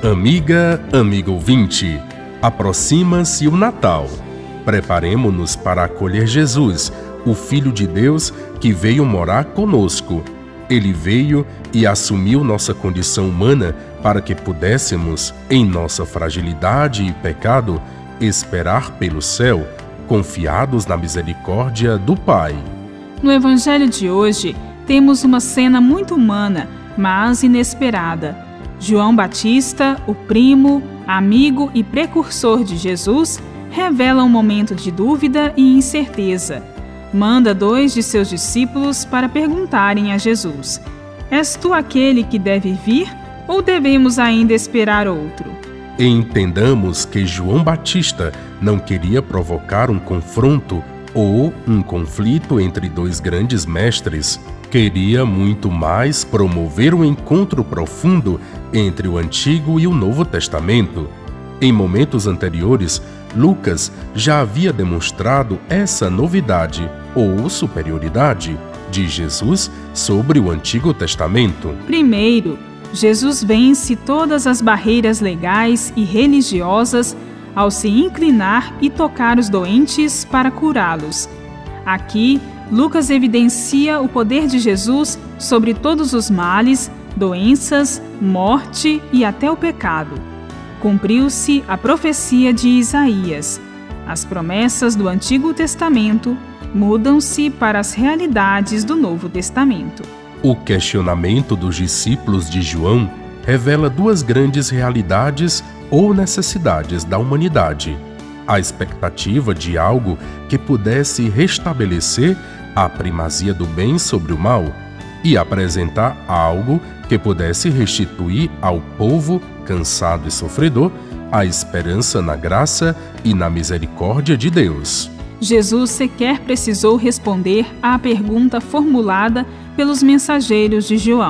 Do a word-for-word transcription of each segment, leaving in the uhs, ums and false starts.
Amiga, amigo ouvinte, aproxima-se o Natal. Preparemo-nos para acolher Jesus, o Filho de Deus que veio morar conosco. Ele veio e assumiu nossa condição humana para que pudéssemos, em nossa fragilidade e pecado, esperar pelo céu, confiados na misericórdia do Pai. No Evangelho de hoje, temos uma cena muito humana, mas inesperada. João Batista, o primo, amigo e precursor de Jesus, revela um momento de dúvida e incerteza. Manda dois de seus discípulos para perguntarem a Jesus: És tu aquele que deve vir ou devemos ainda esperar outro? Entendamos que João Batista não queria provocar um confronto ou um conflito entre dois grandes mestres. Queria muito mais promover um encontro profundo entre o Antigo e o Novo Testamento. Em momentos anteriores, Lucas já havia demonstrado essa novidade ou superioridade de Jesus sobre o Antigo Testamento. Primeiro, Jesus vence todas as barreiras legais e religiosas ao se inclinar e tocar os doentes para curá-los. Aqui, Lucas evidencia o poder de Jesus sobre todos os males, doenças, morte e até o pecado. Cumpriu-se a profecia de Isaías. As promessas do Antigo Testamento mudam-se para as realidades do Novo Testamento. O questionamento dos discípulos de João revela duas grandes realidades ou necessidades da humanidade: a expectativa de algo que pudesse restabelecer a primazia do bem sobre o mal e apresentar algo que pudesse restituir ao povo cansado e sofredor a esperança na graça e na misericórdia de Deus. Jesus sequer precisou responder à pergunta formulada pelos mensageiros de João.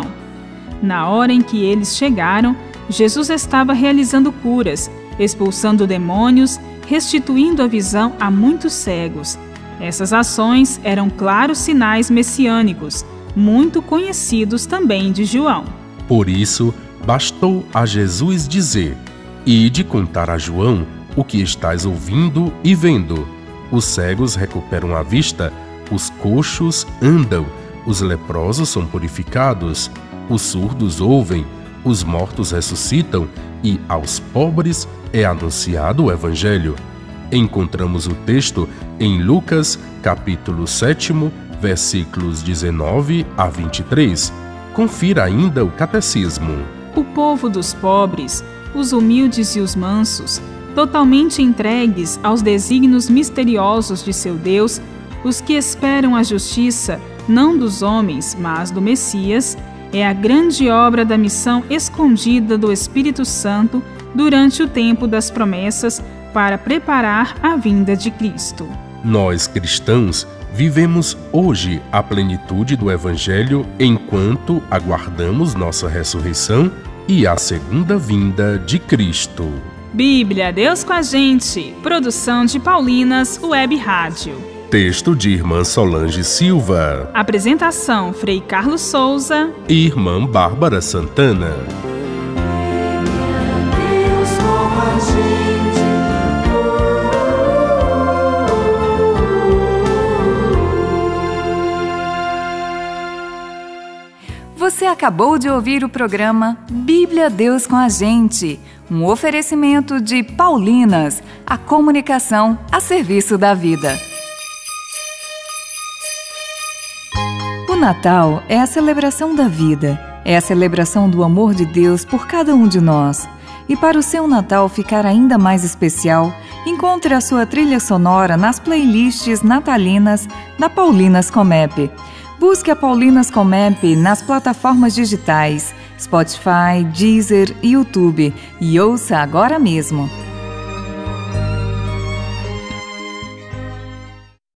Na hora em que eles chegaram, Jesus estava realizando curas, expulsando demônios, restituindo a visão a muitos cegos. Essas ações eram claros sinais messiânicos, muito conhecidos também de João. Por isso, bastou a Jesus dizer: Ide contar a João o que estás ouvindo e vendo. Os cegos recuperam a vista, os coxos andam, os leprosos são purificados, os surdos ouvem, os mortos ressuscitam e aos pobres é anunciado o Evangelho. Encontramos o texto em Lucas, capítulo sete, versículos dezenove a vinte e três. Confira ainda o catecismo. O povo dos pobres, os humildes e os mansos, totalmente entregues aos desígnios misteriosos de seu Deus, os que esperam a justiça, não dos homens, mas do Messias, é a grande obra da missão escondida do Espírito Santo durante o tempo das promessas para preparar a vinda de Cristo. Nós, cristãos, vivemos hoje a plenitude do Evangelho enquanto aguardamos nossa ressurreição e a segunda vinda de Cristo. Bíblia, Deus com a gente. Produção de Paulinas Web Rádio. Texto de Irmã Solange Silva. Apresentação: Frei Carlos Souza e Irmã Bárbara Santana. Você acabou de ouvir o programa Bíblia Deus com a Gente, um oferecimento de Paulinas, a comunicação a serviço da vida. O Natal é a celebração da vida, é a celebração do amor de Deus por cada um de nós. E para o seu Natal ficar ainda mais especial, encontre a sua trilha sonora nas playlists natalinas da Paulinas Comep. Busque a Paulinas Comep nas plataformas digitais Spotify, Deezer e YouTube e ouça agora mesmo.